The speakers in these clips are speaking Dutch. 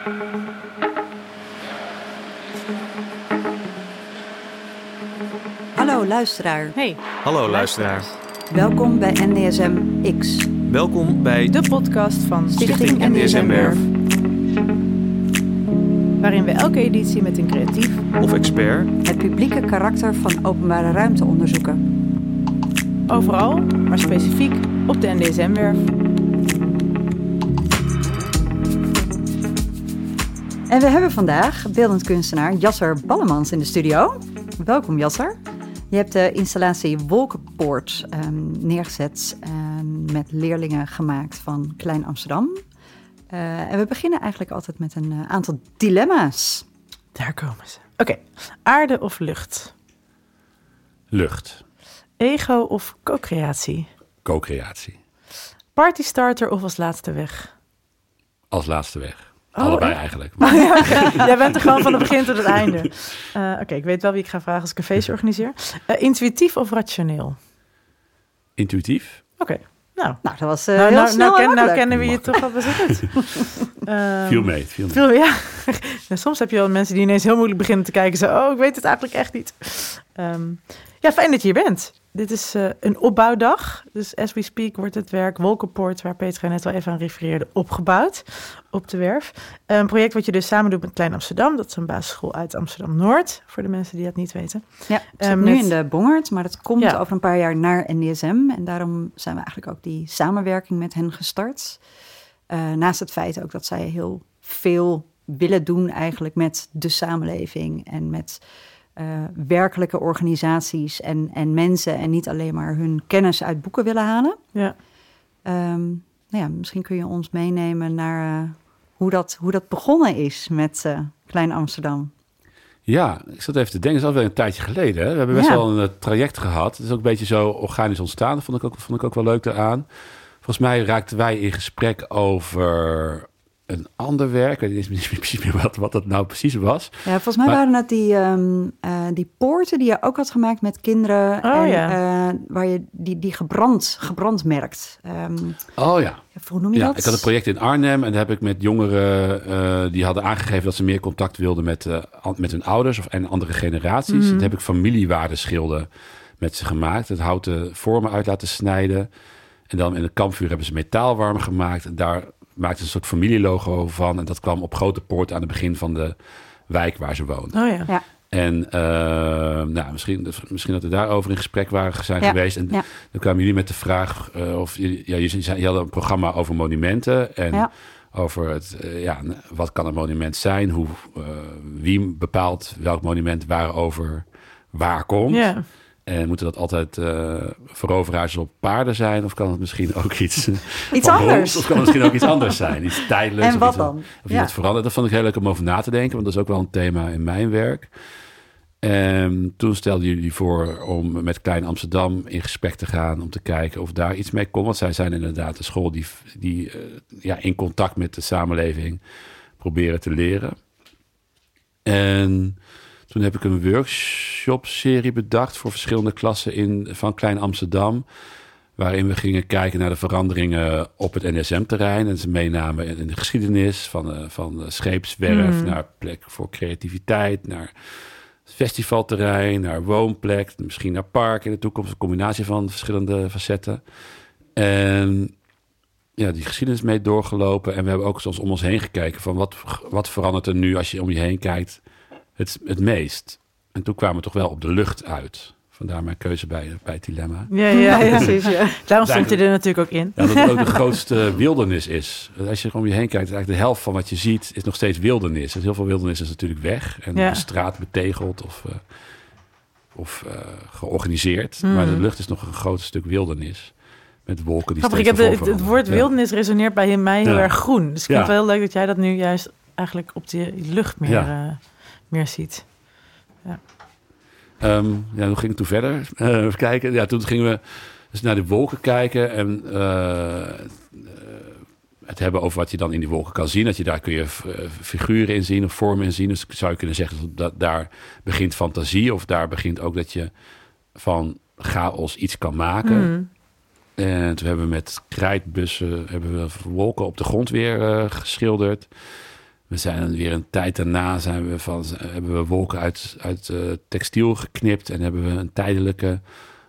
Hallo luisteraar. Hey. Hallo luisteraar. Welkom bij NDSM X. Welkom bij De podcast van Stichting NDSM Werf. Waarin we elke editie met een creatief of expert Het publieke karakter van openbare ruimte onderzoeken. overal, maar specifiek op de NDSM-werf. En we hebben vandaag beeldend kunstenaar Jasser Ballemans in de studio. Welkom Jasser. Je hebt de installatie Wolkenpoort neergezet met leerlingen gemaakt van Klein Amsterdam. En we beginnen eigenlijk altijd met een aantal dilemma's. Daar komen ze. Oké. Aarde of lucht? lucht, Ego of co-creatie? co-creatie. Partystarter of als laatste weg? Als laatste weg. Oh, Allebei echt? eigenlijk. Jij bent er gewoon van het begin tot het einde. Oké, ik weet wel wie ik ga vragen als ik een feestje organiseer. Intuïtief of rationeel? Intuïtief. Oké. Nou, Nou, dat was heel snel en nou makkelijk. kennen we je toch al best wel goed. Viel mee. Ja. Ja, soms heb je wel mensen die ineens heel moeilijk beginnen te kijken. Zo, ik weet het eigenlijk echt niet. Ja, fijn dat je hier bent. Dit is een opbouwdag. Dus as we speak wordt het werk Wolkenpoort, waar Petra net al even aan refereerde, opgebouwd op de werf. Een project wat je dus samen doet met Klein Amsterdam. Dat is een basisschool uit Amsterdam-Noord, voor de mensen die dat niet weten. Ja, het zit nu in de Bongerd, maar dat komt Ja. over een paar jaar naar NDSM. En daarom zijn we eigenlijk ook die samenwerking met hen gestart. Naast het feit ook dat zij heel veel willen doen eigenlijk met de samenleving en met werkelijke organisaties en mensen en niet alleen maar hun kennis uit boeken willen halen. Ja. Nou ja, misschien kun je ons meenemen naar hoe dat begonnen is met Klein Amsterdam. Ja, ik zat even te denken, dat is alweer een tijdje geleden. Hè? We hebben best Ja. wel een traject gehad. Het is ook een beetje zo organisch ontstaan. Dat vond ik ook wel leuk daaraan. Volgens mij raakten wij in gesprek over een ander werk. Ik weet niet precies meer wat dat nou precies was. Ja, volgens mij waren het die poorten die je ook had gemaakt met kinderen. Waar je die gebrand merkt. Oh ja. Hoe noem je dat? Ik had een project in Arnhem en daar heb ik met jongeren die hadden aangegeven dat ze meer contact wilden met hun ouders en andere generaties. Mm-hmm. Daar heb ik familiewaardeschilden met ze gemaakt. Het houten vormen uit laten snijden. En dan in het kampvuur hebben ze metaalwarmen gemaakt. En daar maakten ze een soort familielogo van. En dat kwam op grote poort aan het begin van de wijk waar ze woonden. Oh ja. Ja. En misschien dat we daarover in gesprek zijn geweest. En dan kwamen jullie met de vraag of je hadden een programma over monumenten. En over wat kan een monument zijn? Wie bepaalt welk monument waarover waar komt? Ja. En moeten dat altijd veroveraars op paarden zijn? Of kan het misschien ook iets anders? Of kan het misschien ook iets anders zijn? Iets tijdelijks? En wat dan? Of iets wat verandert? Dat vond ik heel leuk om over na te denken. Want dat is ook wel een thema in mijn werk. En toen stelden jullie voor om met Klein Amsterdam in gesprek te gaan. Om te kijken of daar iets mee kon. Want zij zijn inderdaad een school die in contact met de samenleving proberen te leren. En toen heb ik een workshop-serie bedacht voor verschillende klassen van Klein Amsterdam. Waarin we gingen kijken naar de veranderingen op het NDSM-terrein. En ze meenamen in de geschiedenis van de scheepswerf naar plek voor creativiteit, naar festivalterrein, naar woonplek, misschien naar park in de toekomst. Een combinatie van verschillende facetten. En ja, die geschiedenis mee doorgelopen. En we hebben ook zoals om ons heen gekeken van wat verandert er nu als je om je heen kijkt het meest. En toen kwamen we toch wel op de lucht uit. Vandaar mijn keuze bij het dilemma. Ja, precies. Ja. Daarom stond je er natuurlijk ook in. Ja, dat het ook de grootste wildernis is. Als je om je heen kijkt, eigenlijk de helft van wat je ziet is nog steeds wildernis. En heel veel wildernis is natuurlijk weg. En de straat betegeld of georganiseerd. Maar de lucht is nog een groot stuk wildernis. Met wolken die Grappig, steeds het woord wildernis resoneert bij mij heel erg groen. Dus ik vind het wel heel leuk dat jij dat nu juist eigenlijk op die lucht meer ziet. Ja. Hoe ging het toen verder? Even kijken. Ja, toen gingen we dus naar de wolken kijken en het hebben over wat je dan in die wolken kan zien. Dat je daar kun je figuren in zien of vormen in zien. Dus zou je kunnen zeggen dat daar begint fantasie of daar begint ook dat je van chaos iets kan maken. En toen hebben we met krijtbussen wolken op de grond weer geschilderd. We zijn weer een tijd daarna hebben we wolken uit textiel geknipt en hebben we een tijdelijke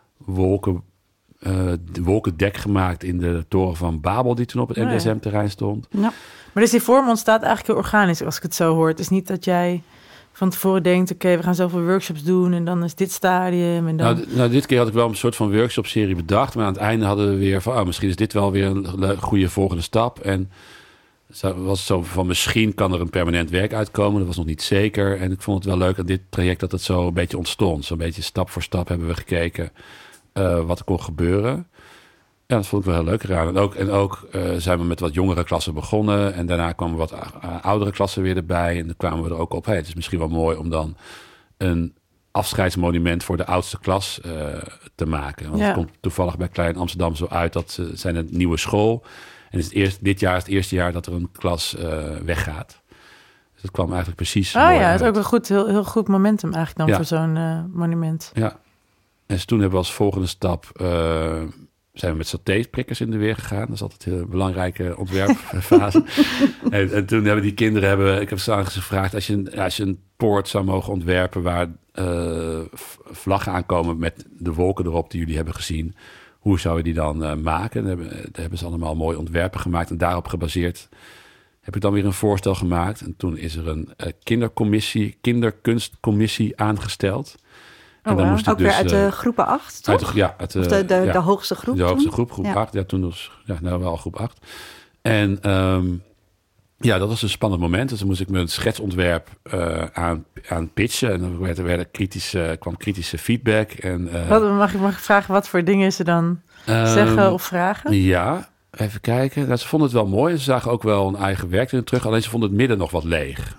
wolkendek gemaakt in de toren van Babel die toen op het NDSM-terrein stond. Ja. Maar dus die vorm ontstaat eigenlijk heel organisch als ik het zo hoor. Het is niet dat jij van tevoren denkt, oké, we gaan zoveel workshops doen en dan is dit stadium. En dan... Nou, dit keer had ik wel een soort van workshop-serie bedacht, maar aan het einde hadden we weer van, misschien is dit wel weer een goede volgende stap. En was het zo van, misschien kan er een permanent werk uitkomen. Dat was nog niet zeker. En ik vond het wel leuk aan dit traject dat het zo een beetje ontstond. Zo'n beetje stap voor stap hebben we gekeken wat er kon gebeuren. Ja, dat vond ik wel heel leuk eraan. En ook zijn we met wat jongere klassen begonnen. En daarna kwamen wat oudere klassen weer erbij. En dan kwamen we er ook op. Hey, het is misschien wel mooi om dan een afscheidsmonument voor de oudste klas te maken. Want het komt toevallig bij Klein Amsterdam zo uit. Dat ze zijn een nieuwe school. En dit jaar is het eerste jaar dat er een klas weggaat. Dus dat kwam eigenlijk precies mooi ja, uit. het is ook een goed, heel goed momentum eigenlijk dan voor zo'n monument. Ja. En dus toen hebben we als volgende stap zijn we met satéprikkers in de weer gegaan. Dat is altijd een belangrijke ontwerpfase. en toen hebben die kinderen, ik heb ze aan ze gevraagd, als je een poort zou mogen ontwerpen waar vlaggen aankomen met de wolken erop die jullie hebben gezien, hoe zou je die dan maken? Daar hebben ze allemaal mooie ontwerpen gemaakt en daarop gebaseerd heb ik dan weer een voorstel gemaakt. En toen is er een kinderkunstcommissie aangesteld. En dan moest ik ook dus, weer uit de groepen 8, toch? De hoogste groep. De hoogste groep, groep 8. Ja, toen was wel groep 8. En dat was een spannend moment. Dus dan moest ik mijn schetsontwerp aan pitchen. En dan kwam kritische feedback. En, mag ik vragen, wat voor dingen ze dan zeggen of vragen? Ja, even kijken. Nou, ze vonden het wel mooi. Ze zagen ook wel een eigen werk erin terug. Alleen ze vonden het midden nog wat leeg.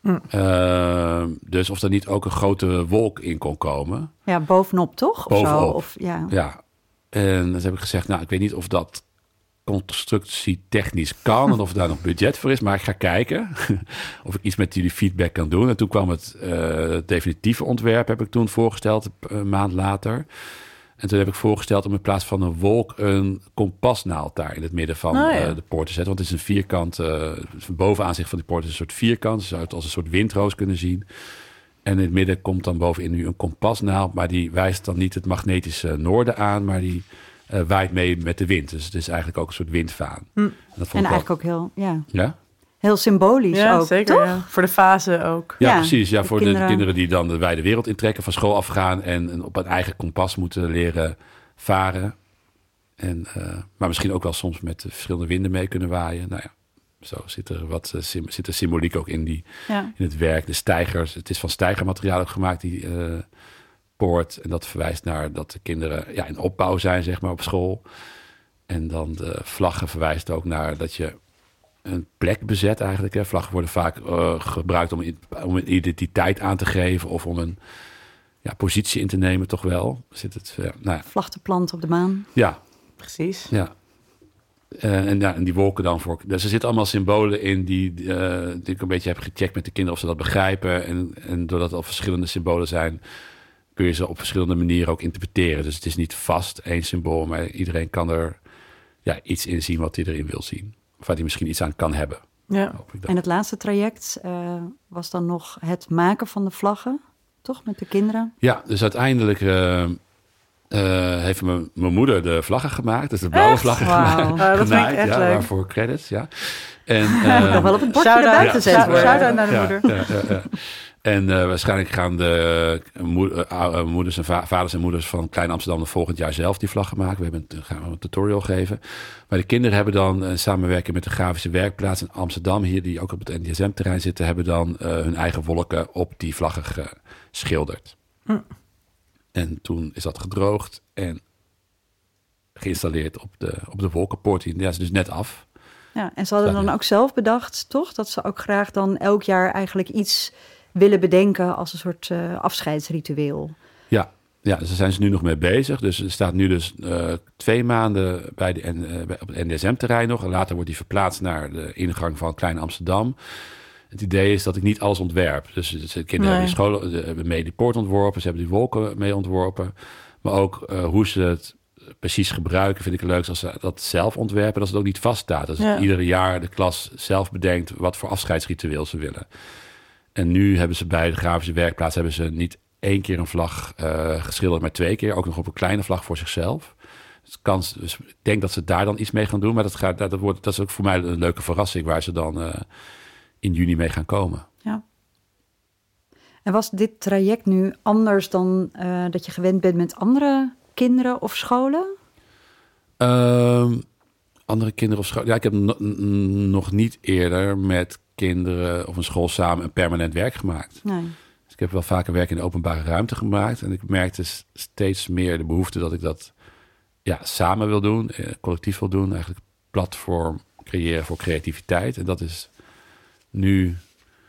Dus of er niet ook een grote wolk in kon komen. Ja, bovenop toch? Bovenop. Of zo? Ja. En dan heb ik gezegd, ik weet niet of dat constructietechnisch kan en of daar nog budget voor is, maar ik ga kijken of ik iets met jullie feedback kan doen. En toen kwam het definitieve ontwerp, heb ik toen voorgesteld, een maand later. En toen heb ik voorgesteld om in plaats van een wolk een kompasnaald daar in het midden van de poort te zetten. Want het is een vierkant, het bovenaanzicht van die poort is een soort vierkant. Dus je zou het als een soort windroos kunnen zien. En in het midden komt dan bovenin nu een kompasnaald, maar die wijst dan niet het magnetische noorden aan, maar die waait mee met de wind. Dus het is eigenlijk ook een soort windvaan. En eigenlijk ook heel, heel symbolisch ook, zeker, toch? Ja. Voor de fase ook. Ja, precies. Ja, voor de kinderen die dan de wijde wereld intrekken, van school afgaan en op een eigen kompas moeten leren varen. Maar misschien ook wel soms met verschillende winden mee kunnen waaien. Nou ja, zo zit er symboliek ook in het werk. De stijgers, het is van stijgermateriaal ook gemaakt, die poort. En dat verwijst naar dat de kinderen in opbouw zijn, zeg maar, op school. En dan de vlaggen verwijst ook naar dat je een plek bezet eigenlijk. Hè. Vlaggen worden vaak gebruikt om een identiteit aan te geven of om een positie in te nemen, toch wel. Vlag te planten op de maan. Ja. Precies. Ja. En die wolken dan voor. Dus er zitten allemaal symbolen in die ik een beetje heb gecheckt met de kinderen of ze dat begrijpen. En doordat er al verschillende symbolen zijn, kun je ze op verschillende manieren ook interpreteren. Dus het is niet vast één symbool, maar iedereen kan er iets in zien wat hij erin wil zien. Of waar hij misschien iets aan kan hebben. Ja. En het laatste traject was dan nog het maken van de vlaggen, toch? Met de kinderen? Ja, dus uiteindelijk heeft mijn moeder de vlaggen gemaakt. Dus de blauwe vlaggen gemaakt. Dat vind ik echt leuk. Waarvoor credits, ja. En, nog wel op het bordje erbij te zetten. Shout-out naar de moeder. Ja. En waarschijnlijk gaan de moeders en vaders en moeders van Klein Amsterdam volgend jaar zelf die vlaggen maken. Gaan we een tutorial geven. Maar de kinderen hebben dan samenwerking met de grafische werkplaats in Amsterdam, hier die ook op het NDSM-terrein zitten, hebben dan hun eigen wolken op die vlaggen geschilderd. En toen is dat gedroogd en geïnstalleerd op de wolkenpoort. Ja, is dus net af. Ja, en ze hadden dan ook zelf bedacht, toch? Dat ze ook graag dan elk jaar eigenlijk iets willen bedenken als een soort afscheidsritueel. Ja, dus daar zijn ze nu nog mee bezig. Dus er staat nu 2 maanden op het NDSM-terrein nog. En later wordt die verplaatst naar de ingang van Klein Amsterdam. Het idee is dat ik niet alles ontwerp. Dus de kinderen hebben mee die poort ontworpen. Ze hebben die wolken mee ontworpen. Maar ook hoe ze het precies gebruiken vind ik het leukst als ze dat zelf ontwerpen. Dat het ook niet vaststaat. Dus ieder jaar de klas zelf bedenkt wat voor afscheidsritueel ze willen. En nu hebben ze bij de grafische werkplaats hebben ze niet 1 keer een vlag geschilderd, maar 2 keer. Ook nog op een kleine vlag voor zichzelf. Dus ik denk dat ze daar dan iets mee gaan doen. Maar dat is ook voor mij een leuke verrassing waar ze dan in juni mee gaan komen. Ja. En was dit traject nu anders dan dat je gewend bent met andere kinderen of scholen? Andere kinderen of scholen? Ja, ik heb nog niet eerder met kinderen of een school samen een permanent werk gemaakt. Nee. Dus ik heb wel vaker werk in de openbare ruimte gemaakt. En ik merkte steeds meer de behoefte dat ik dat samen wil doen, collectief wil doen. Eigenlijk platform creëren voor creativiteit. En dat is nu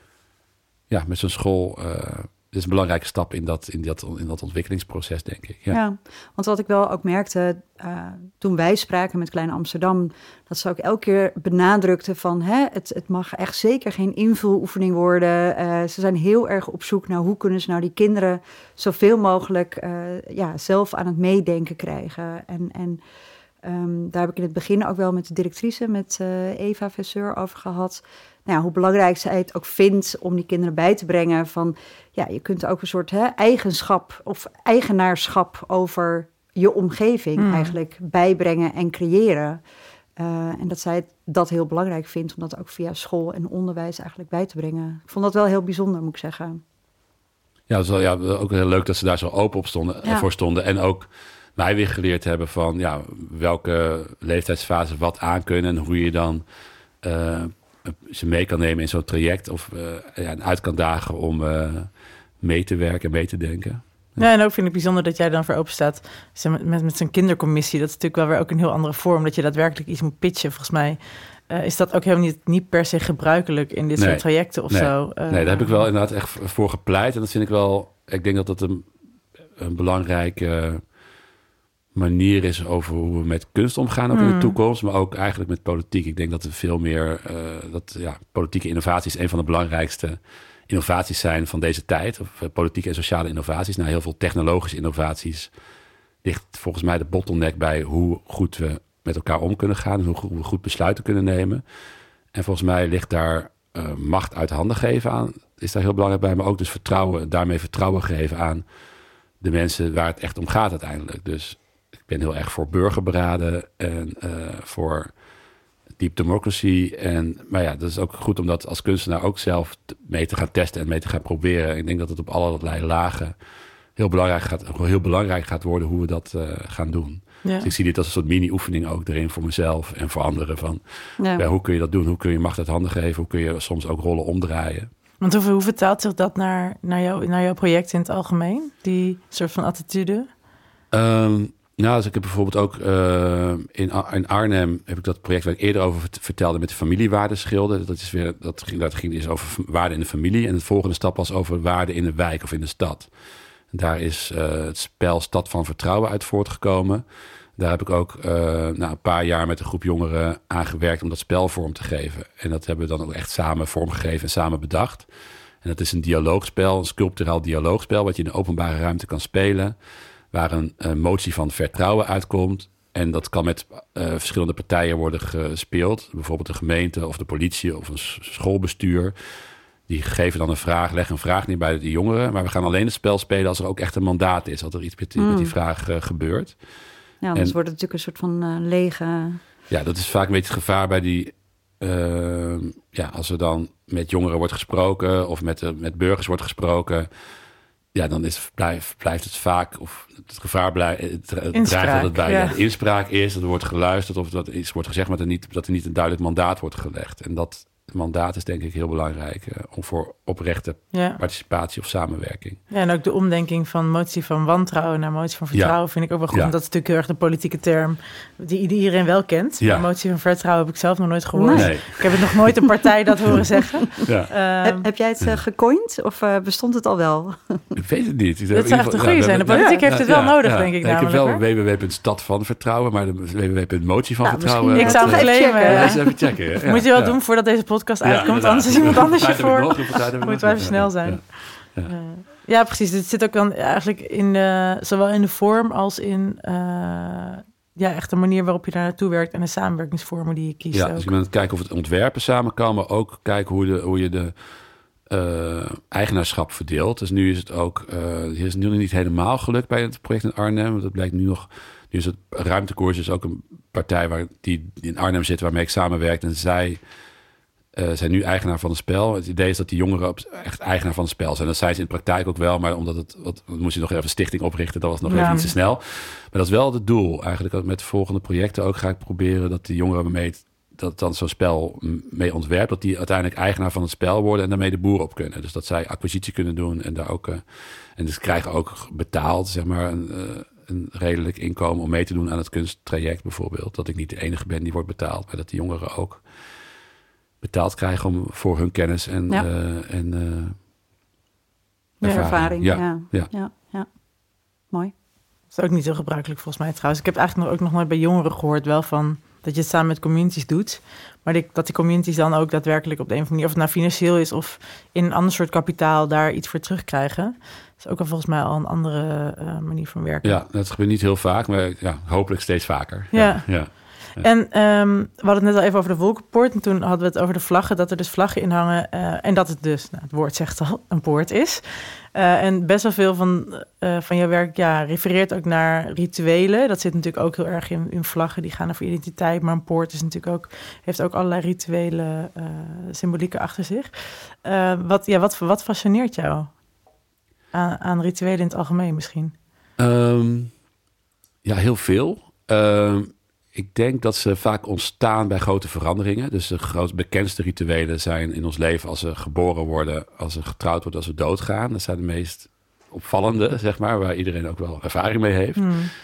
met zo'n school is een belangrijke stap in dat ontwikkelingsproces, denk ik. Ja, want wat ik wel ook merkte toen wij spraken met Klein Amsterdam, dat ze ook elke keer benadrukten van het mag echt zeker geen invuloefening worden. Ze zijn heel erg op zoek naar hoe kunnen ze nou die kinderen zoveel mogelijk zelf aan het meedenken krijgen. En daar heb ik in het begin ook wel met de directrice, met Eva Vesseur over gehad. Nou, hoe belangrijk zij het ook vindt om die kinderen bij te brengen van, je kunt ook een soort eigenschap of eigenaarschap over je omgeving eigenlijk bijbrengen en creëren. En dat zij dat heel belangrijk vindt om dat ook via school en onderwijs eigenlijk bij te brengen. Ik vond dat wel heel bijzonder, moet ik zeggen. Ja, het was ook heel leuk dat ze daar zo open voor stonden. En ook mij weer geleerd hebben van welke leeftijdsfase wat aankunnen en hoe je dan ze mee kan nemen in zo'n traject of uit kan dagen om mee te werken en mee te denken. Ja, en ook vind ik bijzonder dat jij dan voor open staat met zo'n kindercommissie. Dat is natuurlijk wel weer ook een heel andere vorm, dat je daadwerkelijk iets moet pitchen. Volgens mij is dat ook helemaal niet per se gebruikelijk in dit soort trajecten of zo. Nee, daar heb ik wel inderdaad echt voor gepleit. En dat vind ik wel, ik denk dat dat een belangrijke manier is over hoe we met kunst omgaan ook in de toekomst, maar ook eigenlijk met politiek. Ik denk dat er veel meer politieke innovatie is een van de belangrijkste innovaties zijn van deze tijd. Of politieke en sociale innovaties. Nou, heel veel technologische innovaties ligt volgens mij de bottleneck bij hoe goed we met elkaar om kunnen gaan, hoe we goed besluiten kunnen nemen. En volgens mij ligt daar macht uit handen geven aan, is daar heel belangrijk bij, maar ook dus daarmee vertrouwen geven aan de mensen waar het echt om gaat uiteindelijk. Dus ik ben heel erg voor burgerberaden en voor deep democracy. Maar dat is ook goed om dat als kunstenaar ook zelf mee te gaan testen en mee te gaan proberen. Ik denk dat het op allerlei lagen heel belangrijk gaat worden hoe we dat gaan doen. Ja. Dus ik zie dit als een soort mini-oefening ook erin voor mezelf en voor anderen. Van, hoe kun je dat doen? Hoe kun je macht uit handen geven? Hoe kun je soms ook rollen omdraaien? Want hoe vertaalt zich dat naar jouw project in het algemeen? Die soort van attitude? Dus ik heb bijvoorbeeld ook in Arnhem heb ik dat project waar ik eerder over vertelde met de familiewaardeschilden. Dat ging dus over waarden in de familie. En de volgende stap was over waarden in de wijk of in de stad. En daar is het spel Stad van Vertrouwen uit voortgekomen. Daar heb ik ook een paar jaar met een groep jongeren aan gewerkt om dat spel vorm te geven. En dat hebben we dan ook echt samen vormgegeven en samen bedacht. En dat is een dialoogspel, een sculpturaal dialoogspel, wat je in de openbare ruimte kan spelen, waar een motie van vertrouwen uitkomt. En dat kan met verschillende partijen worden gespeeld. Bijvoorbeeld de gemeente of de politie of een schoolbestuur. Die geven dan leggen een vraag neer bij de jongeren. Maar we gaan alleen het spel spelen als er ook echt een mandaat is. Als er iets met die vraag gebeurt. Ja, anders wordt het natuurlijk een soort van lege... Ja, dat is vaak een beetje het gevaar bij die... als er dan met jongeren wordt gesproken of met burgers wordt gesproken, ja, dan blijft het vaak, of het gevaar dreigt dat het bij de inspraak is, dat er wordt geluisterd of dat iets wordt gezegd, maar dat er niet een duidelijk mandaat wordt gelegd. En dat mandaat is denk ik heel belangrijk om voor oprechte participatie of samenwerking. Ja, en ook de omdenking van motie van wantrouwen naar motie van vertrouwen vind ik ook wel goed. Want dat is natuurlijk heel erg de politieke term die iedereen wel kent. Ja. Motie van vertrouwen heb ik zelf nog nooit gehoord. Nee. Ik heb het nog nooit een partij dat horen zeggen. Ja. Heb jij het gecoind of bestond het al wel? Ik weet het niet. Dat zou echt een goede zijn. De politiek heeft het wel nodig, denk ik. Nee, ik heb wel www.stadvanvertrouwen, maar de www.motie van vertrouwen. Ik zou het claimen. Even checken. Moet je wel doen voordat deze podcast uitkomt, anders is iemand anders je voor. Moet wel even snel zijn. Ja, precies. Dit zit ook dan eigenlijk in zowel in de vorm als in echt de manier waarop je daar naartoe werkt en de samenwerkingsvormen die je kiest. Ja, dus je bent aan het kijken of het ontwerpen samen kan, maar ook kijken hoe je de eigenaarschap verdeelt. Dus nu is het ook, hier is nu niet helemaal gelukt bij het project in Arnhem. Want dat blijkt nu nog. Nu is het Ruimtekoers is ook een partij die in Arnhem zit, waarmee ik samenwerk. En zij zijn nu eigenaar van het spel. Het idee is dat die jongeren echt eigenaar van het spel zijn. Dat zijn ze in de praktijk ook wel, maar omdat moest je nog even een stichting oprichten. Dat was nog even iets te snel. Maar dat is wel het doel. Eigenlijk met volgende projecten ook ga ik proberen dat die jongeren waarmee dat dan zo'n spel mee ontwerpt, dat die uiteindelijk eigenaar van het spel worden en daarmee de boer op kunnen. Dus dat zij acquisitie kunnen doen en daar ook en dus krijgen ook betaald, zeg maar, een redelijk inkomen om mee te doen aan het kunsttraject bijvoorbeeld. Dat ik niet de enige ben die wordt betaald, maar dat die jongeren ook betaald krijgen voor hun kennis en ervaring. Ja. Mooi. Dat is ook niet zo gebruikelijk volgens mij trouwens. Ik heb eigenlijk ook nog nooit bij jongeren gehoord wel van dat je het samen met communities doet. Maar dat die communities dan ook daadwerkelijk op de een of andere manier, of het nou financieel is of in een ander soort kapitaal daar iets voor terugkrijgen. Dat is ook al volgens mij al een andere manier van werken. Ja, dat gebeurt niet heel vaak, maar hopelijk steeds vaker. Ja. En we hadden het net al even over de Wolkenpoort. En toen hadden we het over de vlaggen, dat er dus vlaggen in hangen. En dat het dus, het woord zegt al, een poort is. En best wel veel van jouw werk refereert ook naar rituelen. Dat zit natuurlijk ook heel erg in vlaggen. Die gaan over identiteit. Maar een poort is natuurlijk ook, heeft ook allerlei rituele symbolieken achter zich. Wat fascineert jou aan rituelen in het algemeen misschien? Heel veel. Ik denk dat ze vaak ontstaan bij grote veranderingen. Dus de bekendste rituelen zijn in ons leven als we geboren worden, als we getrouwd worden, als we doodgaan. Dat zijn de meest opvallende, zeg maar, waar iedereen ook wel ervaring mee heeft.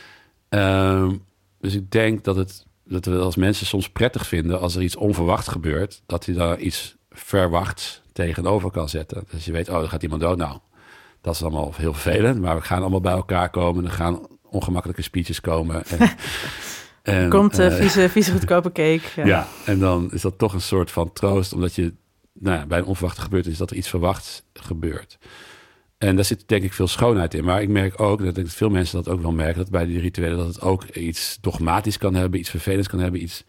Dus ik denk dat we als mensen soms prettig vinden als er iets onverwacht gebeurt, dat je daar iets verwachts tegenover kan zetten. Dus je weet, er gaat iemand dood. Nou, dat is allemaal heel vervelend, maar we gaan allemaal bij elkaar komen. Er gaan ongemakkelijke speeches komen. En komt vieze goedkope cake. Ja, en dan is dat toch een soort van troost, omdat je bij een onverwachte gebeurtenis dat er iets verwachts gebeurt. En daar zit denk ik veel schoonheid in. Maar ik merk ook, dat veel mensen dat ook wel merken, dat bij die rituelen dat het ook iets dogmatisch kan hebben, iets vervelends kan hebben, iets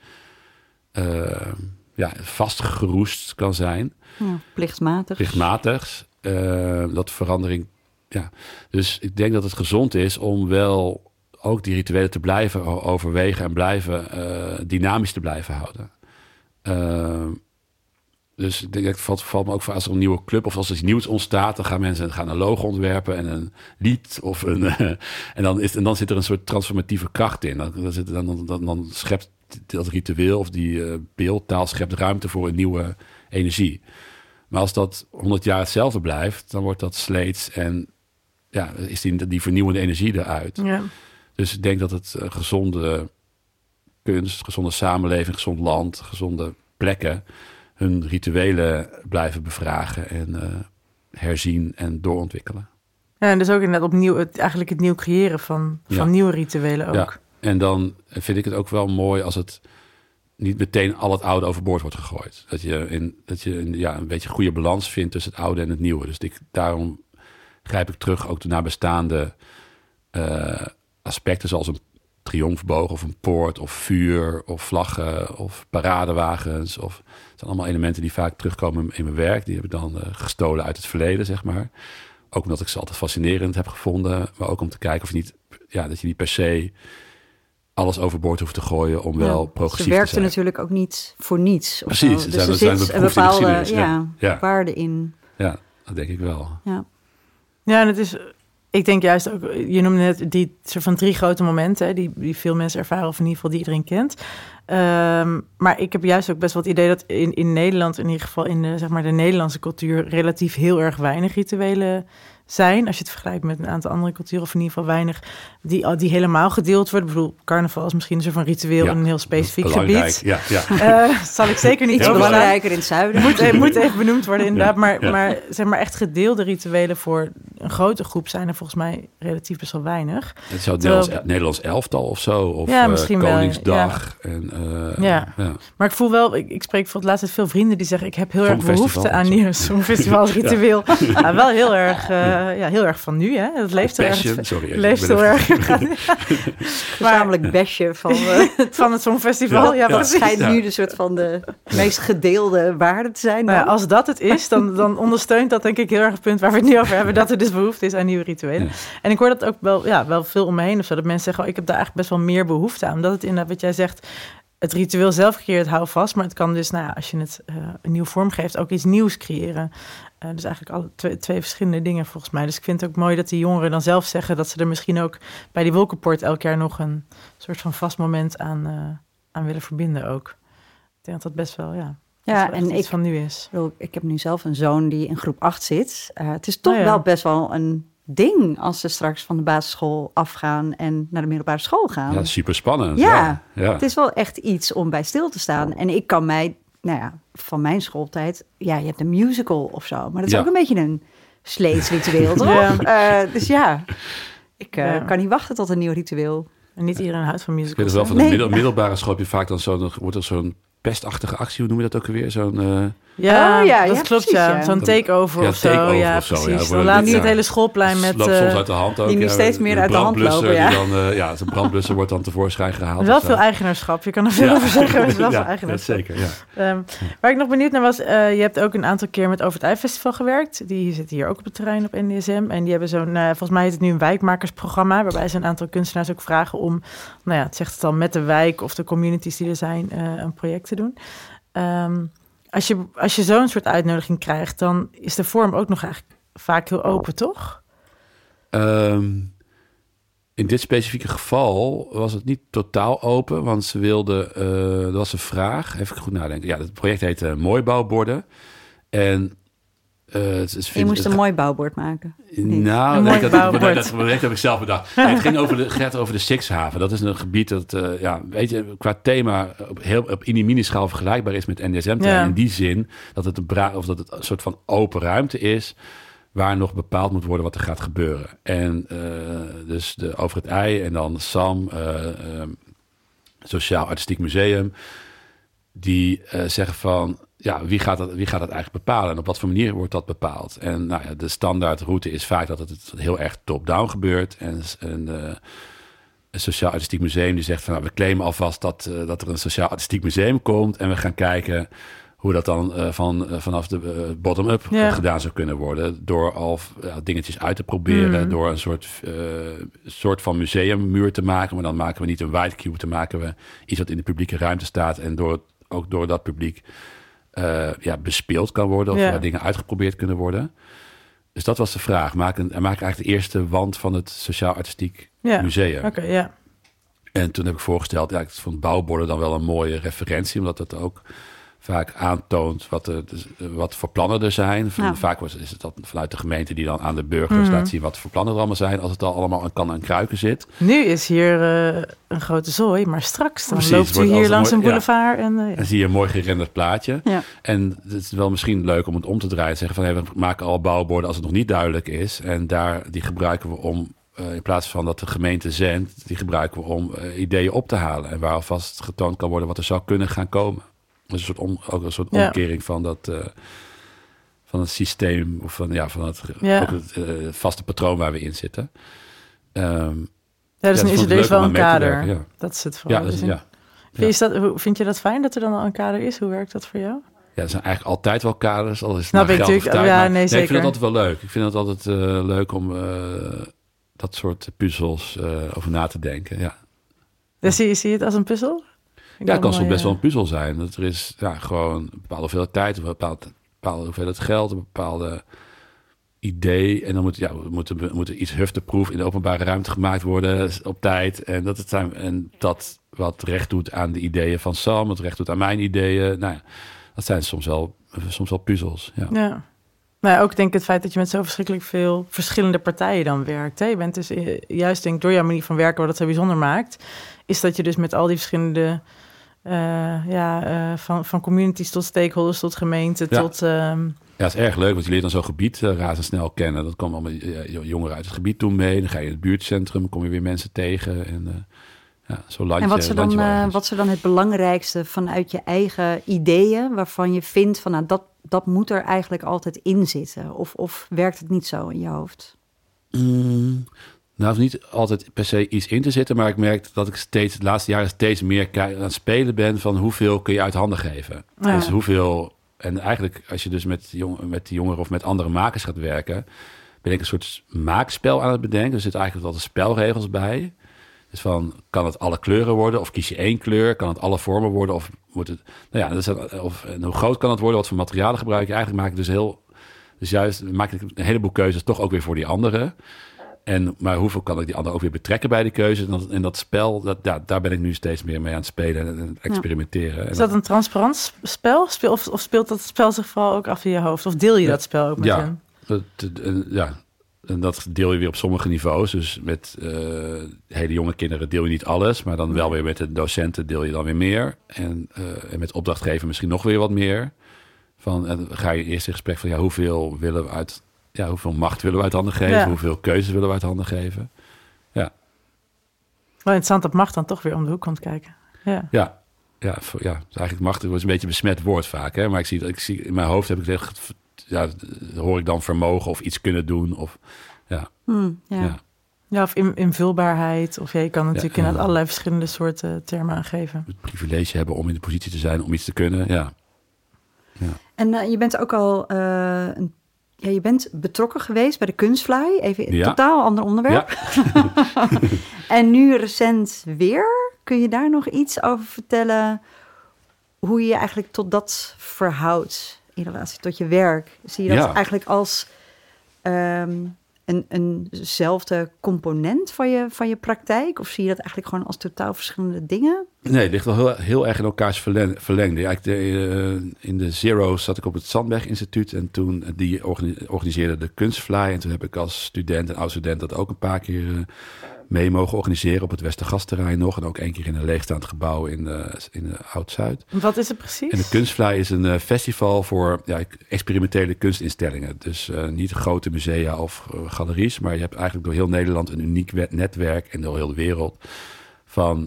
vastgeroest kan zijn. Ja, plichtmatigs. Dat verandering. Ja. Dus ik denk dat het gezond is om wel ook die rituelen te blijven overwegen en blijven dynamisch te blijven houden. Dus ik denk, het valt me ook voor als er een nieuwe club of als er iets nieuws ontstaat, dan gaan mensen een logo ontwerpen en een lied of en dan zit er een soort transformatieve kracht in. Dan schept dat ritueel of die beeldtaal schept ruimte voor een nieuwe energie. Maar als dat 100 jaar hetzelfde blijft, dan wordt dat sleets en is die vernieuwende energie eruit. Ja. Dus ik denk dat het gezonde kunst, gezonde samenleving, gezond land, gezonde plekken hun rituelen blijven bevragen en herzien en doorontwikkelen. Ja, en dus ook inderdaad opnieuw het nieuw creëren van nieuwe rituelen ook. Ja. En dan vind ik het ook wel mooi als het niet meteen al het oude overboord wordt gegooid. Dat je een beetje goede balans vindt tussen het oude en het nieuwe. Dus daarom grijp ik terug ook naar bestaande aspecten zoals een triomfboog of een poort of vuur of vlaggen of paradewagens. Het zijn allemaal elementen die vaak terugkomen in mijn werk. Die heb ik dan gestolen uit het verleden, zeg maar. Ook omdat ik ze altijd fascinerend heb gevonden. Maar ook om te kijken of dat je niet per se alles overboord hoeft te gooien om wel progressief te zijn. Ze werkte natuurlijk ook niet voor niets. Precies. Dus er zit een bepaalde waarde in. Ja, dat denk ik wel. Ja, en het is, ik denk juist ook, je noemde net die soort van 3 grote momenten, die veel mensen ervaren, of in ieder geval die iedereen kent. Maar ik heb juist ook best wel het idee dat in Nederland, in ieder geval in de Nederlandse cultuur, relatief heel erg weinig rituelen zijn. Als je het vergelijkt met een aantal andere culturen, of in ieder geval weinig, die helemaal gedeeld worden. Ik bedoel, carnaval is misschien een soort van ritueel in een heel specifiek gebied. Zal ik zeker niet iets belangrijker in het zuiden. Moet even benoemd worden, inderdaad. Maar zeg maar echt gedeelde rituelen voor een grote groep zijn er volgens mij relatief best wel weinig. Het zou het Nederlands elftal of zo, of misschien Koningsdag. wel, ja. Maar ik voel wel, ik spreek voor het laatst met veel vrienden die zeggen, ik heb heel erg behoefte aan Songfestival, nieuw Songfestival als ritueel. Ja, wel heel erg van nu, hè. Het leeft heel erg. Gezamenlijk besje van het Songfestival. Ja, dat schijnt nu de soort van de meest gedeelde waarde te zijn. Nou, als dat het is, dan ondersteunt dat denk ik heel erg het punt waar we het nu over hebben, dat er dus behoefte is aan nieuwe rituelen. Ja. En ik hoor dat ook wel veel om me heen of zo, dat mensen zeggen, ik heb daar eigenlijk best wel meer behoefte aan. Omdat het inderdaad, wat jij zegt, het ritueel zelf creëert houvast, maar het kan dus, als je het een nieuwe vorm geeft, ook iets nieuws creëren. Dus eigenlijk alle twee verschillende dingen volgens mij. Dus ik vind het ook mooi dat die jongeren dan zelf zeggen dat ze er misschien ook bij die Wolkenpoort elk jaar nog een soort van vast moment aan willen verbinden ook. Ik denk dat dat best wel, en iets van nu is. Ik heb nu zelf een zoon die in groep 8 zit. Het is toch wel best wel een ding als ze straks van de basisschool afgaan en naar de middelbare school gaan. Ja, super spannend. Ja, het is wel echt iets om bij stil te staan. En ik kan mij, van mijn schooltijd, je hebt een musical of zo. Maar dat is ook een beetje een sleetsritueel, toch? Dus ik kan niet wachten tot een nieuw ritueel. En niet iedereen houdt van musicals. Ik weet het wel, van de middelbare school heb je vaak dan wordt er zo'n pestachtige actie, hoe noem je dat ook alweer? Zo'n... dat klopt, precies, Zo'n takeover of zo. Ja, precies. Dan laat niet het hele schoolplein met... loopt soms uit de hand ook. Die nu steeds meer uit de hand lopen, zo'n brandblusser wordt dan tevoorschijn gehaald. Wel veel eigenaarschap, je kan er veel over zeggen. Het is wel veel eigenaarschap. Zeker, ja. Waar ik nog benieuwd naar was, je hebt ook een aantal keer met Over het IJ-festival gewerkt. Die zitten hier ook op het terrein op NDSM. En die hebben zo'n, volgens mij heet het nu een wijkmakersprogramma, waarbij ze een aantal kunstenaars ook vragen om, het zegt het al, met de wijk of de communities die er zijn, een project te doen. Als je zo'n soort uitnodiging krijgt, dan is de vorm ook nog eigenlijk vaak heel open, toch? In dit specifieke geval was het niet totaal open, want ze wilden, dat was een vraag, even goed nadenken. Ja, het project heette Mooibouwborden. En je moest een mooi bouwbord maken. Dat heb ik zelf bedacht. Het ging over de Sixhaven. Dat is een gebied dat, qua thema op mini-schaal vergelijkbaar is met NDSM. In die zin dat het een soort van open ruimte is waar nog bepaald moet worden wat er gaat gebeuren. En dus Over het IJ en dan SAM, Sociaal Artistiek Museum, die zeggen van, wie gaat dat eigenlijk bepalen en op wat voor manier wordt dat bepaald? En de standaardroute is vaak dat het heel erg top-down gebeurt. En een Sociaal Artistiek Museum die zegt van, we claimen alvast dat er een Sociaal Artistiek Museum komt en we gaan kijken hoe dat dan vanaf de bottom-up gedaan zou kunnen worden. Door al dingetjes uit te proberen, door een soort van museummuur te maken. Maar dan maken we niet een white cube, dan maken we iets wat in de publieke ruimte staat en ook door dat publiek bespeeld kan worden of waar dingen uitgeprobeerd kunnen worden. Dus dat was de vraag. Maak eigenlijk de eerste wand van het Sociaal Artistiek Museum. Okay, en toen heb ik voorgesteld, ik vond bouwborden dan wel een mooie referentie, omdat het ook vaak aantoont wat voor plannen er zijn. Vaak is het dat vanuit de gemeente die dan aan de burgers laat zien wat voor plannen er allemaal zijn, als het al allemaal aan kan en kruiken zit. Nu is hier een grote zooi, maar straks dan loopt u hier langs een boulevard. En zie je een mooi gerenderd plaatje. Ja. En het is wel misschien leuk om het om te draaien en zeggen van, we maken al bouwborden als het nog niet duidelijk is. En die gebruiken we om, in plaats van dat de gemeente zendt, die gebruiken we om ideeën op te halen. En waar alvast getoond kan worden wat er zou kunnen gaan komen. Dus ook een soort omkering van van het systeem of van het vaste patroon waar we in zitten. Dus er is wel een kader. Dat is het vooral. Vind je dat fijn dat er dan al een kader is? Hoe werkt dat voor jou? Ja, er zijn eigenlijk altijd wel kaders. Al is het nou, ik vind dat altijd wel leuk. Ik vind het altijd leuk om dat soort puzzels over na te denken. Ja. Dus zie je het als een puzzel? Het kan soms best wel een puzzel zijn. Dat er is gewoon een bepaalde hoeveelheid tijd, een bepaalde hoeveelheid geld, een bepaalde idee. En dan moet er iets hufteproef in de openbare ruimte gemaakt worden op tijd. En dat wat recht doet aan de ideeën van Sam, wat recht doet aan mijn ideeën. Dat zijn soms wel puzzels. Ja. Nou, ook denk ik het feit dat je met zo verschrikkelijk veel verschillende partijen dan werkt. Hè? Je bent dus juist, denk ik, door jouw manier van werken, wat het zo bijzonder maakt, is dat je dus met al die verschillende van communities tot stakeholders, tot gemeenten, tot... Ja, het is erg leuk, want je leert dan zo'n gebied razendsnel kennen. Dat komen allemaal jongeren uit het gebied toen mee. Dan ga je in het buurtcentrum, kom je weer mensen tegen. En zo'n landje. En wat is dan het belangrijkste vanuit je eigen ideeën, waarvan je vindt van dat moet er eigenlijk altijd in zitten? Of werkt het niet zo in je hoofd? Nou, niet altijd per se iets in te zitten, maar ik merk dat ik de laatste jaren steeds meer aan het spelen ben van hoeveel kun je uit handen geven. Ja. Dus hoeveel. En eigenlijk, als je dus met die jongeren of met andere makers gaat werken, ben ik een soort maakspel aan het bedenken. Er zitten eigenlijk altijd spelregels bij. Dus van, kan het alle kleuren worden? Of kies je één kleur? Kan het alle vormen worden? Of wordt het, en hoe groot kan het worden? Wat voor materialen gebruik je? Eigenlijk maak ik een heleboel keuzes toch ook weer voor die anderen. Maar hoeveel kan ik die anderen ook weer betrekken bij de keuze? En dat spel, daar ben ik nu steeds meer mee aan het spelen en experimenteren. Is dat een transparant spel? Of speelt dat spel zich vooral ook af in je hoofd? Of deel je dat spel ook met hen? En dat deel je weer op sommige niveaus. Dus met hele jonge kinderen deel je niet alles. Maar dan wel weer met de docenten deel je dan weer meer. En met opdrachtgever misschien nog weer wat meer. Dan ga je eerst in gesprek van hoeveel macht willen we uit handen geven? Ja. Hoeveel keuzes willen we uit handen geven? Ja. Wel interessant dat macht dan toch weer om de hoek komt kijken. Ja. Dus eigenlijk macht wordt een beetje een besmet woord vaak. Hè? Maar ik zie in mijn hoofd heb ik gezegd, hoor ik dan vermogen of iets kunnen doen. Of, of invulbaarheid. Of je kan natuurlijk inderdaad allerlei verschillende soorten termen aangeven. Het privilege hebben om in de positie te zijn, om iets te kunnen, ja. En je bent ook al je bent betrokken geweest bij de Kunstvlaai. Even een totaal ander onderwerp. Ja. En nu recent weer. Kun je daar nog iets over vertellen? Hoe je je eigenlijk tot dat verhoudt in relatie tot je werk? Zie je dat eigenlijk als eenzelfde component van je praktijk? Of zie je dat eigenlijk gewoon als totaal verschillende dingen? Nee, het ligt wel heel erg in elkaars verlengde. In de Zero's zat ik op het Sandberg Instituut en toen die organiseerde de Kunstvlaai. En toen heb ik als student en oud-student dat ook een paar keer mee mogen organiseren op het Westergasterrein nog. En ook 1 keer in een leegstaand gebouw in Oud-Zuid. Wat is het precies? En de Kunstvlaai is een festival voor experimentele kunstinstellingen. Dus niet grote musea of galeries, maar je hebt eigenlijk door heel Nederland een uniek netwerk en door heel de wereld van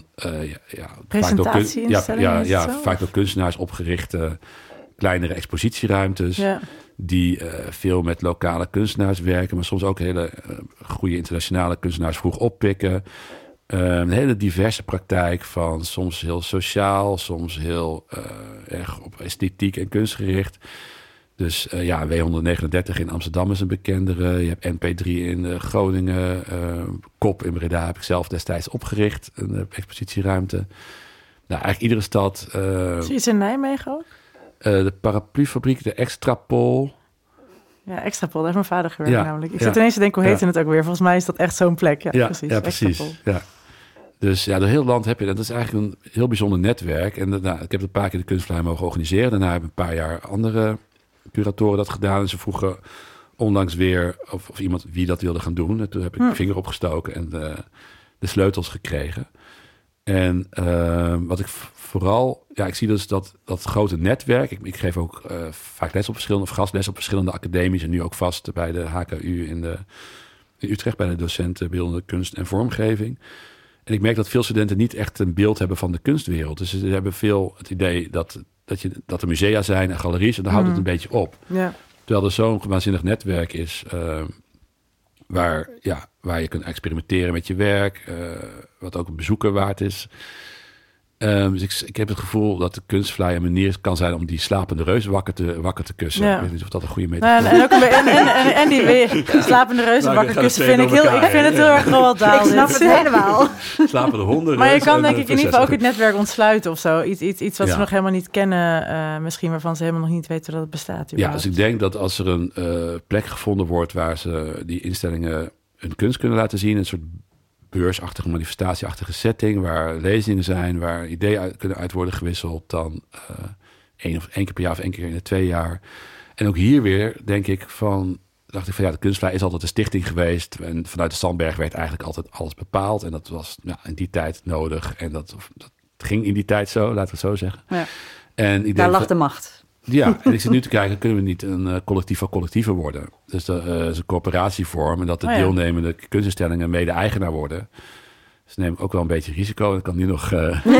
vaak door kunstenaars opgerichte kleinere expositieruimtes. Ja. Die veel met lokale kunstenaars werken, maar soms ook hele goede internationale kunstenaars vroeg oppikken. Een hele diverse praktijk van soms heel sociaal, soms heel erg op esthetiek en kunstgericht. Dus W139 in Amsterdam is een bekendere. Je hebt NP3 in Groningen. KOP in Breda heb ik zelf destijds opgericht. Een expositieruimte. Nou, eigenlijk iedere stad. Is er iets in Nijmegen ook? De paraplufabriek, de Extrapol. Ja, Extrapol, daar heeft mijn vader gewerkt namelijk. Ik zit ineens te denken, hoe heette het ook weer? Volgens mij is dat echt zo'n plek. Ja, precies. Ja. Dus door heel land heb je dat. Dat is eigenlijk een heel bijzonder netwerk. En ik heb een paar keer de Kunstvlaai mogen organiseren. Daarna hebben een paar jaar andere curatoren dat gedaan. En ze vroegen onlangs weer of iemand wie dat wilde gaan doen. En toen heb ik mijn vinger opgestoken en de sleutels gekregen. En wat ik vooral... Ja, ik zie dus dat grote netwerk. Ik geef ook vaak les op verschillende... of gastles op verschillende academies. En nu ook vast bij de HKU in Utrecht... bij de docenten beeldende kunst en vormgeving. En ik merk dat veel studenten niet echt een beeld hebben van de kunstwereld. Dus ze hebben veel het idee dat er musea zijn en galeries. En daar houdt het een beetje op. Ja. Terwijl er zo'n waanzinnig netwerk is... waar je kunt experimenteren met je werk. Wat ook een bezoeker waard is. Dus ik heb het gevoel dat de Kunstvlaai een manier kan zijn om die slapende reus wakker te kussen. Ja. Ik weet niet of dat een goede metafoor is. En die slapende reuzen wakker kussen vind ik ik vind het heel erg Roald-Dahl. Ik snap het helemaal. Slapende honden. Maar je kan denk ik in ieder geval ook het netwerk ontsluiten of zo. Iets wat ze nog helemaal niet kennen. Misschien waarvan ze helemaal nog niet weten dat het bestaat. Ja, dus ik denk dat als er een plek gevonden wordt waar ze die instellingen hun kunst kunnen laten zien. Een soort beursachtige, manifestatieachtige setting, waar lezingen zijn, waar ideeën kunnen uit worden gewisseld, dan 1 keer per jaar of 1 keer in de 2 jaar. En ook hier weer dacht ik van de Kunstvlaai is altijd een stichting geweest en vanuit de Sandberg werd eigenlijk altijd alles bepaald en dat was in die tijd nodig en dat Het ging in die tijd zo, laten we het zo zeggen. Ja. En ik Daar denk lag de macht. Ja, en ik zit nu te kijken, kunnen we niet een collectief van collectieven worden? Dus dat is een coöperatievorm en dat de deelnemende kunstinstellingen mede-eigenaar worden. Dus neem ik ook wel een beetje risico. En ik kan nu nog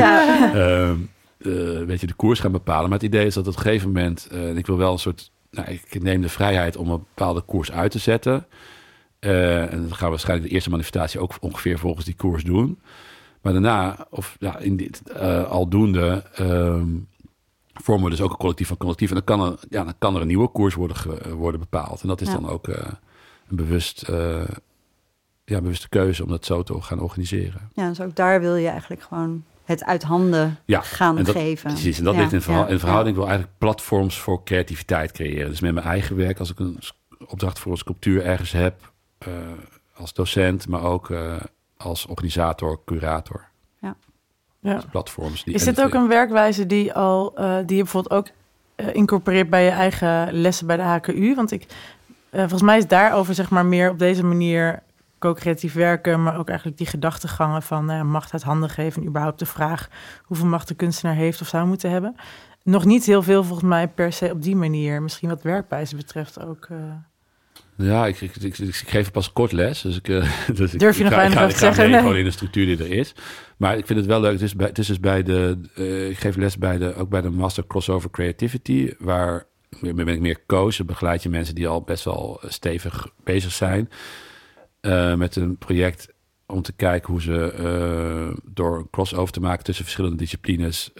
een beetje de koers gaan bepalen. Maar het idee is dat op een gegeven moment, ik wil wel een soort, ik neem de vrijheid om een bepaalde koers uit te zetten. En dan gaan we waarschijnlijk de eerste manifestatie ook ongeveer volgens die koers doen. Maar daarna, in dit aldoende, vormen we dus ook een collectief van collectief. En dan kan er een nieuwe koers worden bepaald. En dat is dan ook een bewuste keuze om dat zo te gaan organiseren. Ja, dus ook daar wil je eigenlijk gewoon het uit handen gaan geven. Precies, en dat ligt in verhouding. Ik wil eigenlijk platforms voor creativiteit creëren. Dus met mijn eigen werk, als ik een opdracht voor een sculptuur ergens heb, als docent, maar ook als organisator, curator. Ja. Dus platforms. Is dit ook een werkwijze die je bijvoorbeeld ook incorporeert bij je eigen lessen bij de HKU? Want volgens mij is daarover zeg maar meer op deze manier co-creatief werken, maar ook eigenlijk die gedachtegangen van macht uit handen geven en überhaupt de vraag hoeveel macht de kunstenaar heeft of zou moeten hebben. Nog niet heel veel volgens mij per se op die manier. Misschien wat werkwijze betreft ook. Ja, ik geef pas kort les. Dus durf je nog weinig over te zeggen? Ik ga gewoon in de structuur die er is. Maar ik vind het wel leuk. Het is dus bij ik geef les ook bij de Master Crossover Creativity, waar ben ik meer coach. Begeleid je mensen die al best wel stevig bezig zijn met een project om te kijken hoe ze door een crossover te maken tussen verschillende disciplines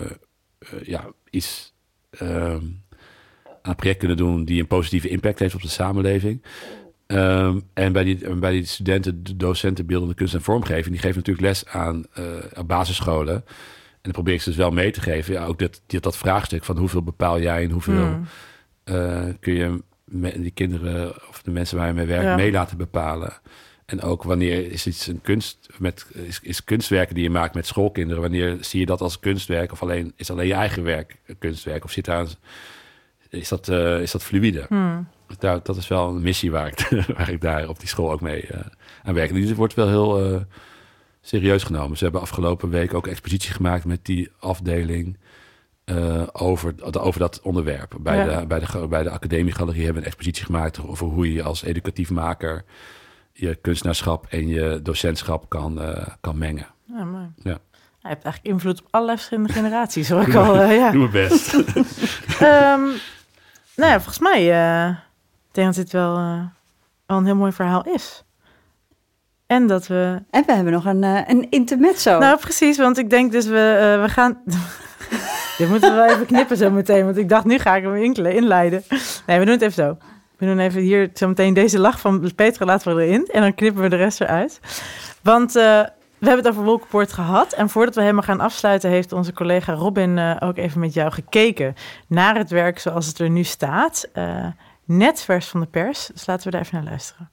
iets aan een project kunnen doen die een positieve impact heeft op de samenleving. En bij die studenten, de docenten beeldende kunst en vormgeving, die geven natuurlijk les aan basisscholen. En dan probeer ik ze dus wel mee te geven. Ja, ook dat vraagstuk van hoeveel bepaal jij en hoeveel kun je die kinderen of de mensen waar je mee werkt mee laten bepalen. En ook wanneer is iets een is kunstwerken die je maakt met schoolkinderen, wanneer zie je dat als kunstwerk of is alleen je eigen werk een kunstwerk of zit daar is dat fluïde? Dat is wel een missie waar ik daar op die school ook mee aan werk. Die wordt wel heel serieus genomen. Ze hebben afgelopen week ook een expositie gemaakt met die afdeling over dat onderwerp. Bij de Academiegalerie hebben we een expositie gemaakt over hoe je als educatief maker je kunstenaarschap en je docentschap kan mengen. Ja, mooi. Ja. Je hebt eigenlijk invloed op allerlei verschillende generaties, hoor ik al. Doe mijn best. Volgens mij denk dat dit wel een heel mooi verhaal is. En dat we... En we hebben nog een intermezzo. Nou, precies, want ik denk dus we gaan... Dit moeten we wel even knippen zo meteen, want ik dacht, nu ga ik hem inleiden. Nee, we doen het even zo. We doen even hier zo meteen deze lach van Petra laten we erin en dan knippen we de rest eruit. Want we hebben het over Wolkenpoort gehad. En voordat we helemaal gaan afsluiten, heeft onze collega Robin ook even met jou gekeken naar het werk zoals het er nu staat. Net vers van de pers. Dus laten we daar even naar luisteren.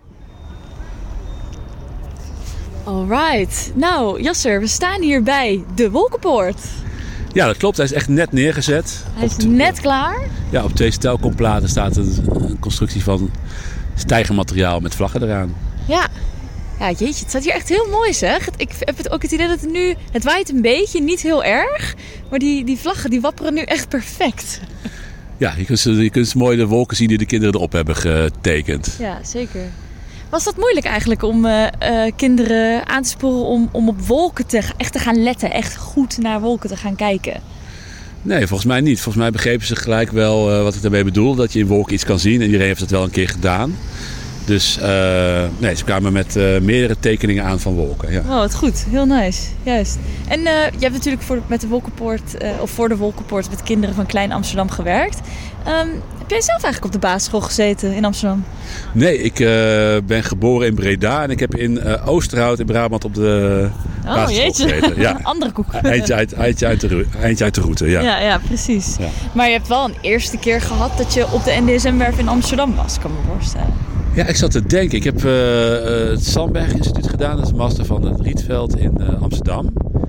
Alright. Nou, Jasser, we staan hier bij de Wolkenpoort. Ja, dat klopt. Hij is echt net neergezet. Hij is net klaar. Ja, op 2 stelkomplaten staat een constructie van stijgermateriaal met vlaggen eraan. Ja. Ja, jeetje, het staat hier echt heel mooi, zeg. Ik heb ook het idee dat het waait een beetje, niet heel erg. Maar die vlaggen, die wapperen nu echt perfect. Ja, je kunt mooi de wolken zien die de kinderen erop hebben getekend. Ja, zeker. Was dat moeilijk eigenlijk om kinderen aan te sporen om op wolken echt te gaan letten? Echt goed naar wolken te gaan kijken? Nee, volgens mij niet. Volgens mij begrepen ze gelijk wel wat ik daarmee bedoel. Dat je in wolken iets kan zien. En iedereen heeft dat wel een keer gedaan. Dus ze kwamen met meerdere tekeningen aan van wolken. Ja. Oh, wat goed. Heel nice. Juist. En je hebt natuurlijk voor de Wolkenpoort met kinderen van Klein Amsterdam gewerkt. Heb jij zelf eigenlijk op de basisschool gezeten in Amsterdam? Nee, ik ben geboren in Breda en ik heb in Oosterhout in Brabant op de basisschool gezeten. Ja. Een andere koek. Eindje uit de route, ja. Ja, precies. Ja. Maar je hebt wel een eerste keer gehad dat je op de NDSM-werf in Amsterdam was, kan me voorstellen. Ja, ik zat te denken. Ik heb het Sandberg Instituut gedaan. Dat is een master van het Rietveld in Amsterdam.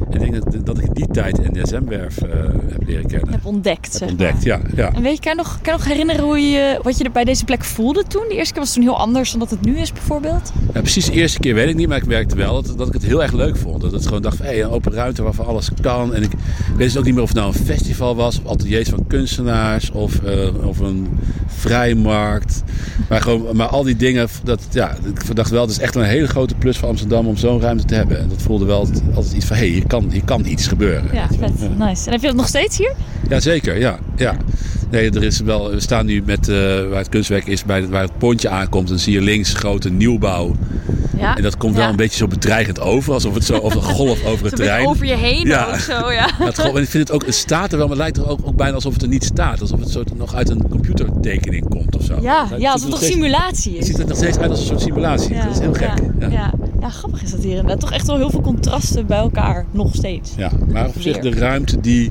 En ik denk dat ik in die tijd NDSM-werf heb leren kennen. Heb ontdekt, zeg Ontdekt, maar. ja. En weet je, kan je nog herinneren wat je er bij deze plek voelde toen? De eerste keer was toen heel anders dan dat het nu is, bijvoorbeeld? Ja, precies de eerste keer weet ik niet, maar ik merkte wel dat ik het heel erg leuk vond. Dat ik gewoon dacht van, een open ruimte waarvan alles kan. En ik weet dus ook niet meer of het nou een festival was, of ateliers van kunstenaars, of een vrijmarkt. Maar al die dingen, ik dacht wel, het is echt een hele grote plus voor Amsterdam om zo'n ruimte te hebben. En dat voelde wel altijd iets van, hier kan iets gebeuren. Ja, vet. Ja. Nice. En heb je dat nog steeds hier? Ja, zeker. Ja. Nee, we staan nu met waar het kunstwerk is, waar het pontje aankomt. Dan zie je links grote nieuwbouw. Ja. En dat komt wel een beetje zo bedreigend over. Alsof het zo over een golf over het terrein. Over je heen ook zo, ja. En ik vind het ook, het staat er wel, maar het lijkt er ook bijna alsof het er niet staat. Alsof het zo nog uit een computertekening komt of zo. Ja, alsof het nog simulatie is. Het ziet er nog steeds uit als een soort simulatie. Ja, dat is heel gek. Ja, grappig is dat hier inderdaad. Toch echt wel heel veel contrasten bij elkaar, nog steeds. Ja, maar op zich de ruimte die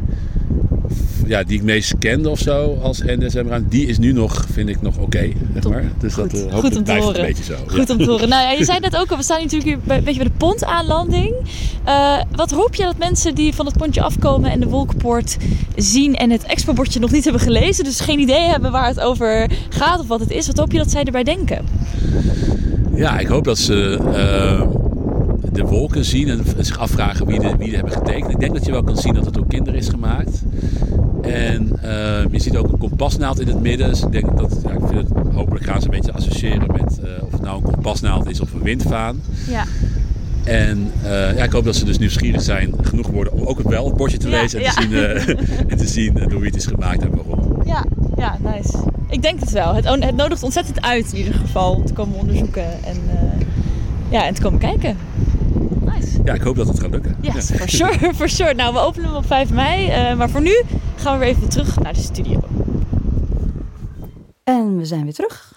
ik meest kende of zo als NDSM-ruimte, die is nu nog, vind ik, nog oké. Zeg maar. Dus goed. Dat Goed om te horen. Een beetje zo. Goed om te horen. Nou ja, je zei net ook al, we staan natuurlijk hier bij de pontaanlanding. Wat hoop je dat mensen die van het pontje afkomen en de Wolkenpoort zien en het expo-bordje nog niet hebben gelezen, dus geen idee hebben waar het over gaat of wat het is, wat hoop je dat zij erbij denken? Ja, ik hoop dat ze de wolken zien en zich afvragen wie die hebben getekend. Ik denk dat je wel kan zien dat het door kinderen is gemaakt. En je ziet ook een kompasnaald in het midden. Dus ik denk dat, ik vind het, hopelijk gaan ze een beetje associëren met of het nou een kompasnaald is of een windvaan. Ja. En ik hoop dat ze dus nieuwsgierig zijn genoeg worden om ook wel het bordje te lezen en te zien door wie het is gemaakt en waarom. Ja, nice. Ik denk het wel. Het nodigt ontzettend uit in ieder geval om te komen onderzoeken en te komen kijken. Nice. Ja, ik hoop dat het gaat lukken. Yes, for sure. Nou, we openen hem op 5 mei. Maar voor nu gaan we weer even terug naar de studio. En we zijn weer terug.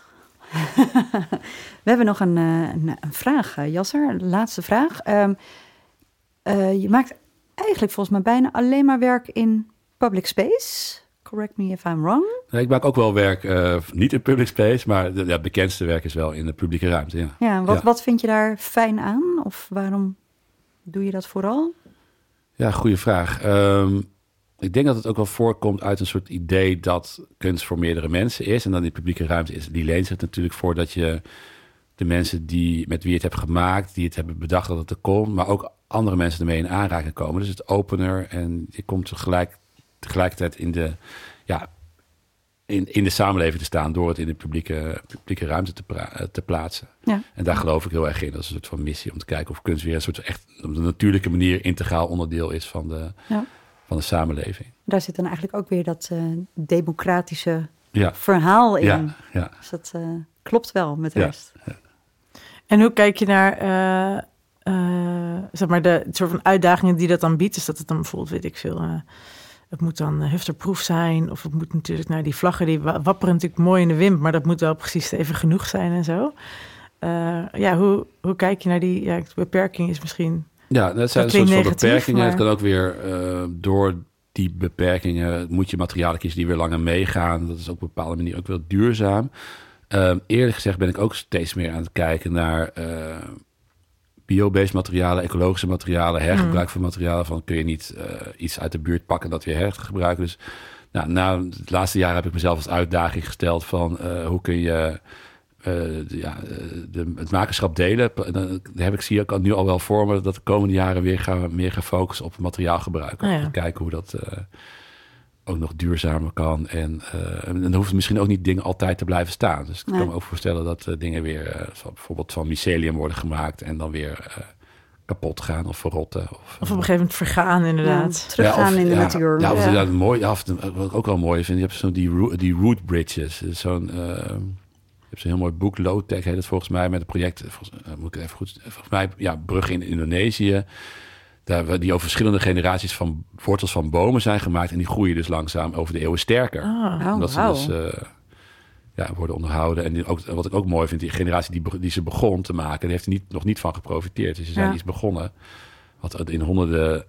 We hebben nog een vraag, Jasser. Laatste vraag. Je maakt eigenlijk volgens mij bijna alleen maar werk in public space. Correct me if I'm wrong. Nee, ik maak ook wel werk, niet in public space, maar het bekendste werk is wel in de publieke ruimte. Ja. Wat vind je daar fijn aan? Of waarom doe je dat vooral? Ja, goede vraag. Ik denk dat het ook wel voorkomt uit een soort idee dat kunst voor meerdere mensen is. En dan die publieke ruimte die leent zich natuurlijk voor dat je de mensen met wie je het hebt gemaakt, die het hebben bedacht dat het er komt, maar ook andere mensen ermee in aanraking komen. Dus het opener en je komt tegelijkertijd in de samenleving te staan door het in de publieke ruimte te plaatsen. Ja. En daar geloof ik heel erg in. Dat is een soort van missie om te kijken of kunst weer een soort echt op een natuurlijke manier integraal onderdeel is van de samenleving. Daar zit dan eigenlijk ook weer dat democratische verhaal in. Ja. Dus dat klopt wel met de rest. Ja. En hoe kijk je naar zeg maar de soort van uitdagingen die dat dan biedt? Dus dat het dan bijvoorbeeld, weet ik veel, het moet dan hufterproof zijn. Of het moet natuurlijk, die vlaggen die wapperen natuurlijk mooi in de wind, maar dat moet wel precies even genoeg zijn en zo. Hoe kijk je naar die beperking is misschien... Ja, dat zijn een soort van beperkingen. Maar... Het kan ook weer door die beperkingen moet je materialen kiezen die weer langer meegaan. Dat is ook op een bepaalde manier ook wel duurzaam. Eerlijk gezegd ben ik ook steeds meer aan het kijken naar bio-based materialen, ecologische materialen, hergebruik van materialen. Van kun je niet iets uit de buurt pakken dat weer hergebruiken. Dus na het laatste jaar heb ik mezelf als uitdaging gesteld van hoe kun je het makerschap delen. Zie ik nu al wel voor me dat de komende jaren weer meer gaan focussen op materiaalgebruik. En kijken hoe dat ook nog duurzamer kan. En dan hoeft misschien ook niet dingen altijd te blijven staan. Dus ik kan me ook voorstellen dat dingen weer bijvoorbeeld van mycelium worden gemaakt en dan weer kapot gaan of verrotten. Of op een gegeven moment vergaan, inderdaad. Teruggaan in de natuur. Wat ik ook wel mooi vind, je hebt zo die root bridges. Je hebt zo'n heel mooi boek, Low Tech heet het volgens mij, met een project, volgens mij, brug in Indonesië. Die over verschillende generaties van wortels van bomen zijn gemaakt. En die groeien dus langzaam over de eeuwen sterker. Omdat ze dus worden onderhouden. En wat ik ook mooi vind, die generatie die ze begon te maken, die heeft er nog niet van geprofiteerd. Dus ze zijn iets begonnen wat in honderden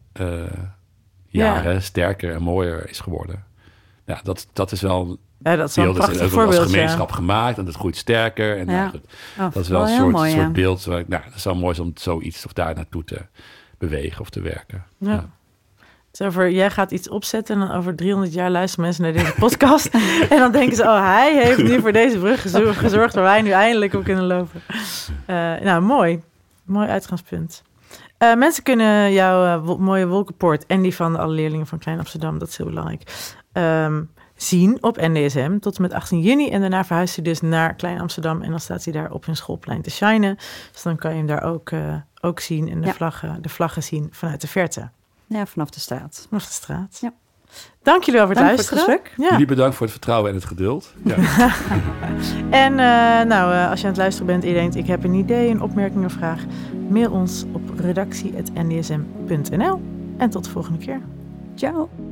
jaren sterker en mooier is geworden. Ja, dat is wel... Ja, dat is wel een prachtig voorbeeld. Als gemeenschap gemaakt en dat groeit sterker. En dat is wel een soort beeld. Dat is wel mooi om zoiets of daar naartoe te bewegen of te werken. Ja. Dus jij gaat iets opzetten en dan over 300 jaar luisteren mensen naar deze podcast. En dan denken ze, hij heeft nu voor deze brug gezorgd waar wij nu eindelijk op kunnen lopen. Mooi. Mooi uitgangspunt. Mensen kunnen jouw mooie wolkenpoort en die van alle leerlingen van Klein Amsterdam, dat is heel belangrijk, zien op NDSM tot en met 18 juni. En daarna verhuist hij dus naar Klein Amsterdam en dan staat hij daar op hun schoolplein te shinen. Dus dan kan je hem daar ook zien en de vlaggen zien vanuit de verte. Ja, vanaf de straat. Vanaf de straat. Ja. Dank jullie wel voor het luisteren. Voor het gesprek. Ja. Jullie bedankt voor het vertrouwen en het geduld. Ja. En als je aan het luisteren bent en je denkt, ik heb een idee, een opmerking of vraag, mail ons op redactie@ndsm.nl. En tot de volgende keer. Ciao.